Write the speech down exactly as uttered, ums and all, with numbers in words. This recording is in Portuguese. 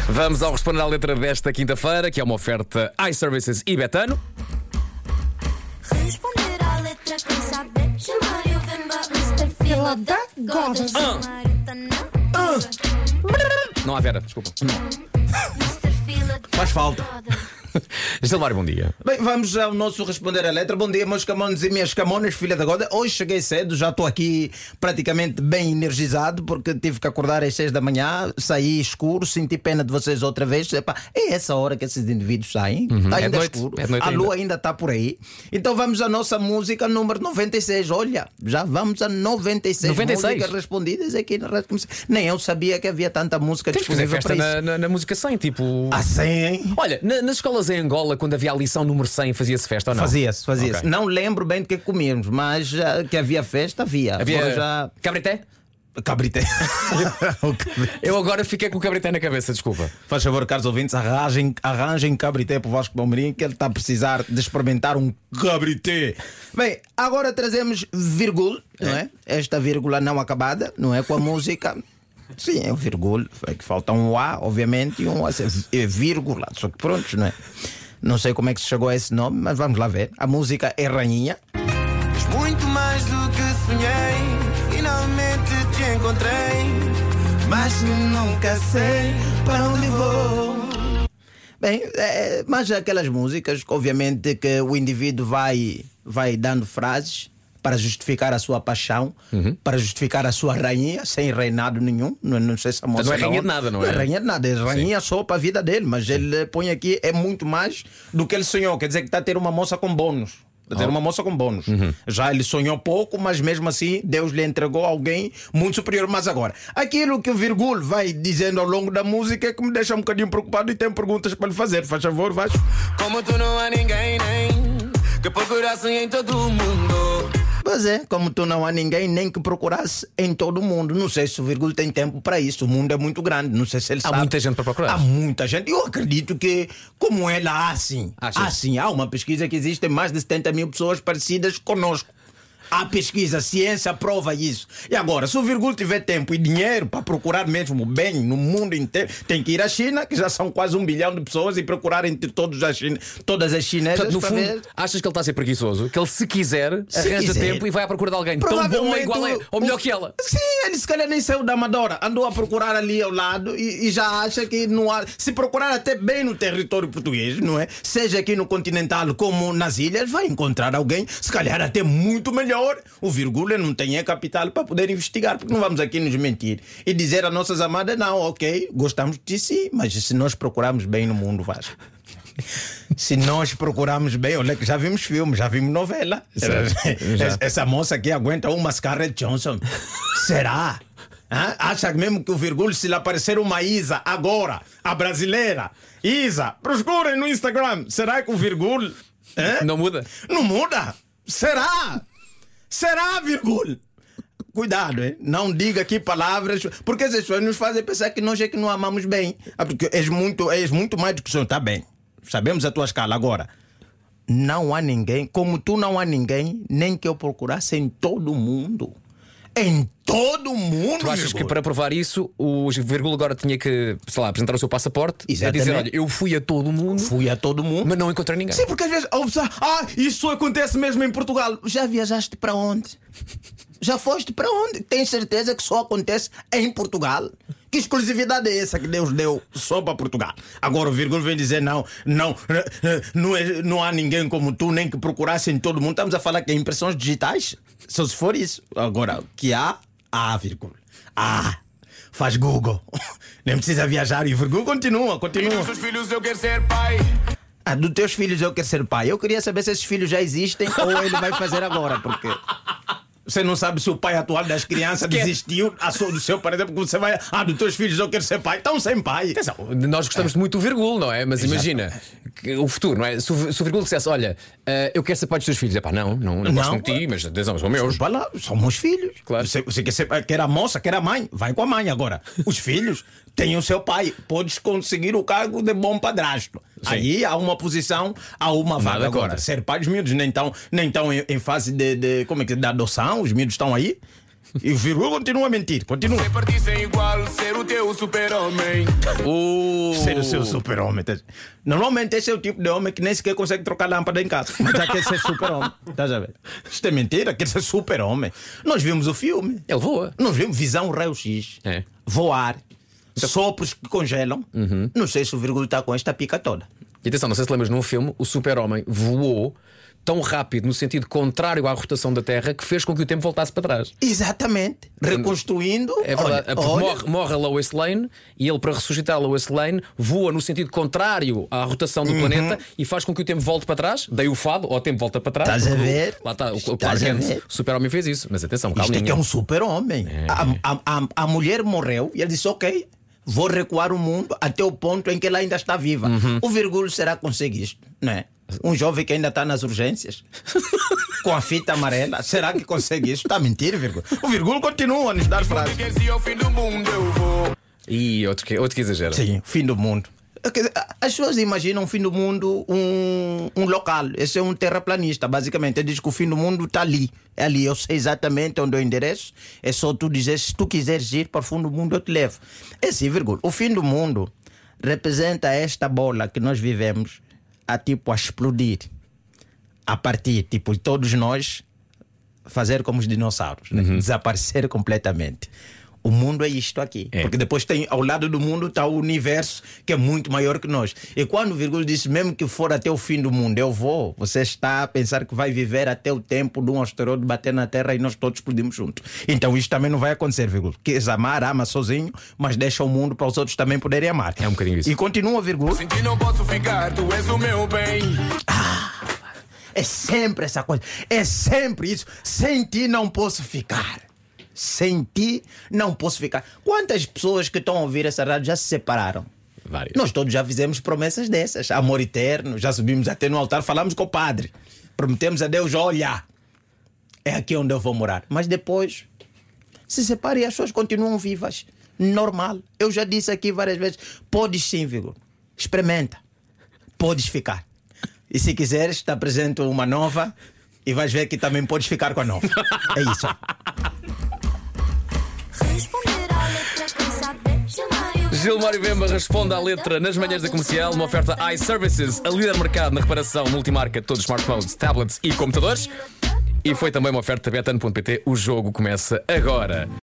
Vamos ao responder à letra desta quinta-feira, que é uma oferta iServices e Betano. Responder à letra quem sabe. Chamar o Vemba, mister Fila da Goda. Não há Vera, desculpa. mister Fila da Faz falta. Goda. Gilmário, bom dia. Bem, vamos ao nosso responder à letra. Bom dia, meus camones e minhas camonas, filha da goda. Hoje cheguei cedo, já estou aqui praticamente bem energizado, porque tive que acordar às seis da manhã, saí escuro, senti pena de vocês outra vez. Epá, é essa hora que esses indivíduos saem, Uhum. está É ainda noite, escuro, é noite a ainda. lua ainda está por aí. Então vamos à nossa música número noventa e seis. Olha, já vamos a noventa e seis, noventa e seis? músicas respondidas aqui na Rádio Comercial. Nem eu sabia que havia tanta música Temos que fazer disponível festa para isso. na, na, na música cem, tipo. Ah, sim, hein? Olha, na- nas escolas em Angola, quando havia a lição número cem, fazia-se festa ou não? Fazia-se, fazia-se. Ok. Não lembro bem do que comíamos, mas ah, que havia festa, havia. Havia Agora já. cabrité? Cabrité. O cabrité. Eu agora fiquei com o cabrité na cabeça, desculpa. Faz favor, caros ouvintes, arranjem, arranjem cabrité para o Vasco Palmeirinho, que ele está a precisar de experimentar um cabrité. Bem, agora trazemos vírgula, não é? Esta vírgula não acabada, não é? Com a música. Sim, é o vírgula. É que falta um A, obviamente, e um A, é vírgula. Só que pronto, não é? Não sei como é que se chegou a esse nome, mas vamos lá ver. A música é Rainha. Muito mais do que sonhei, finalmente te encontrei, mas nunca sei para onde vou. Bem, é, mas aquelas músicas, obviamente, que o indivíduo vai, vai dando frases para justificar a sua paixão, para justificar a sua rainha, sem reinado nenhum. Não, não sei se a moça não é rainha onde- de nada, não é? Não é rainha de nada, é rainha só para a vida dele, mas ele põe aqui é muito mais do que ele sonhou. Quer dizer que está a ter uma moça com bônus. Quer dizer, uma moça com bônus. Já ele sonhou pouco, mas mesmo assim Deus lhe entregou alguém muito superior. Mas agora, aquilo que o Virgul vai dizendo ao longo da música é que me deixa um bocadinho preocupado e tenho perguntas para lhe fazer. Faz favor, vais. Como tu não há ninguém nem que procurasse em todo o mundo. Pois é, como tu não há ninguém nem que procurasse em todo o mundo. Não sei se o Virgul tem tempo para isso. O mundo é muito grande. Não sei se ele Há sabe. muita gente para procurar. Há muita gente. Eu acredito que, como ela, há sim. Achas? Há sim. Há uma pesquisa que existem mais de setenta mil pessoas parecidas conosco. Há pesquisa, a ciência prova isso. E agora, se o Virgul tiver tempo e dinheiro para procurar mesmo bem no mundo inteiro, tem que ir à China, que já são quase um bilhão de pessoas, e procurar entre todos as China, todas as chinesas. Portanto, no para fundo, ver. achas que ele está a ser preguiçoso? Que ele, se quiser, Se arranja quiser. tempo e vai à procura de alguém tão bom ou Provavelmente igual a, o- ou melhor o- que ela. Sim, ele se calhar nem saiu da Amadora. Andou a procurar ali ao lado e, e já acha que não há. Se procurar até bem no território português, não é? Seja aqui no continental como nas ilhas, vai encontrar alguém, se calhar até muito melhor. O Virgula não tem é capital para poder investigar, porque não vamos aqui nos mentir e dizer a nossas amadas: não, ok, gostamos de si, mas se nós procurarmos bem no mundo, Vasco. Se nós procurarmos bem, olha que já vimos filmes, já vimos novela. Já. Essa moça aqui aguenta uma Scarlett Johansson. Será? Hã? Acha mesmo que o Virgul, se lhe aparecer uma Isa agora, a brasileira, Isa, procurem no Instagram. Será que o Virgul hã? Não muda? Não muda? Será? Será, Virgul? Cuidado, hein? Não diga aqui palavras, porque as pessoas nos fazem pensar que nós é que não amamos bem. Ah, porque és muito, és muito mais do que o senhor. Está bem, sabemos a tua escala. Agora, não há ninguém, como tu não há ninguém, nem que eu procurasse em todo o mundo. Em todo o mundo. Tu achas Virgul. que para provar isso, o Virgul agora tinha que, sei lá, apresentar o seu passaporte e Exatamente. dizer: olha, eu fui a todo o mundo, Fui a todo o mundo. mas não encontrei ninguém. Sim, porque às vezes ouve ah, isso acontece mesmo em Portugal. Já viajaste para onde? Já foste para onde? Tens certeza que só acontece em Portugal? Que exclusividade é essa que Deus deu só para Portugal? Agora o Virgul vem dizer: não, não, não, é, não há ninguém como tu, nem que procurasse em todo mundo. Estamos a falar que é impressões digitais? Só se for isso. Agora, que há, há, Virgul. Há. Faz Google. Nem precisa viajar. E o Virgul continua, continua. Dos filhos eu quero ser pai. Ah, dos teus filhos eu quero ser pai. Eu queria saber se esses filhos já existem ou ele vai fazer agora, porque você não sabe se o pai atual das crianças desistiu a sua, do seu, por exemplo, porque você vai. Ah, dos teus filhos eu quero ser pai. Estão sem pai. Atenção, nós gostamos muito do Virgul, não é? Mas imagina que o futuro, não é? Se o, se o Virgul dissesse: olha, eh, eu quero ser pai dos teus filhos, é pá, não, não, não gosto Não. muito de ti, mas atenção, são meus. Vai lá, são meus filhos. Claro. Você, você quer, ser, quer a moça, quer a mãe, vai com a mãe agora. Os filhos têm o seu pai. Podes conseguir o cargo de bom padrasto. Sim. Aí há uma posição, há uma vaga. Nada Agora, contra. ser pai dos miúdos nem estão nem tão em, em fase de, de. Como é que é? De adoção, os miúdos estão aí. E o vírgula continua a mentir. Continua. Se partissem igual, ser o teu super-homem. Uh. Ser o seu super-homem. Normalmente esse é o tipo de homem que nem sequer consegue trocar lâmpada em casa. Mas já quer ser super-homem. Estás a ver? Isto é mentira, quer ser super-homem. Nós vimos o filme. Ele voa. Nós vimos Visão Raio-X. É. Voar. Sopros que congelam. Não sei se o vírgula está com esta pica toda. E atenção, não sei se lembras, num filme, o super-homem voou tão rápido no sentido contrário à rotação da Terra que fez com que o tempo voltasse para trás. Exatamente. Reconstruindo. É verdade. Olha, Porque olha. Morre, morre a Lois Lane e ele, para ressuscitar a Lois Lane, voa no sentido contrário à rotação do planeta e faz com que o tempo volte para trás. Daí o fado, ou o tempo volta para trás. Estás a Porque o- ver? Lá está, o, o Estás Clark a Kent, ver? o super-homem fez isso. Mas atenção, Isto é calminha. que é um super-homem. É. A, a, a, a mulher morreu e ele disse: ok, vou recuar o mundo até o ponto em que ela ainda está viva. O vírgula será que consegue isto? Não é? Um jovem que ainda está nas urgências com a fita amarela, será que consegue isso? Está a mentir, vírgula. O vírgula continua a nos dar frases. Quer dizer, ao fim do mundo eu vou. E outro que, outro que exagera. Sim, fim do mundo. Quer dizer, as pessoas imaginam o fim do mundo um, um local. Esse é um terraplanista, basicamente. Ele diz que o fim do mundo está ali. É ali, eu sei exatamente onde é o endereço. É só tu dizer, se tu quiseres ir para o fim do mundo, eu te levo. É assim, vírgula. O fim do mundo representa esta bola que nós vivemos a tipo a explodir. A partir, tipo, todos nós fazer como os dinossauros, né? Desaparecer completamente. O mundo é isto aqui. É. Porque depois tem, ao lado do mundo está o universo, que é muito maior que nós. E quando o vírgula disse, mesmo que for até o fim do mundo, eu vou, você está a pensar que vai viver até o tempo de um asteroide bater na Terra e nós todos explodimos juntos. Então isto também não vai acontecer, vírgula. Queres amar, ama sozinho, mas deixa o mundo para os outros também poderem amar. É um bocadinho isso. E continua, vírgula. Sem ti não posso ficar, tu és o meu bem. É sempre essa coisa. É sempre isso. Sem ti não posso ficar. Sem ti não posso ficar. Quantas pessoas que estão a ouvir essa rádio já se separaram? Vários. Nós todos já fizemos promessas dessas. Amor eterno. Já subimos até no altar, falamos com o padre. Prometemos a Deus, olha, é aqui onde eu vou morar. Mas depois se separam e as pessoas continuam vivas. Normal. Eu já disse aqui várias vezes. Podes sim, vírgula. Experimenta. Podes ficar. E se quiseres, te apresento uma nova e vais ver que também podes ficar com a nova. É isso. Responder à letra quem sabe chamar eu. Gilmário Vemba responde à letra nas manhãs da comercial. Uma oferta iServices, a líder mercado na reparação multimarca de todos os smartphones, tablets e computadores. E foi também uma oferta betano ponto pt. O jogo começa agora.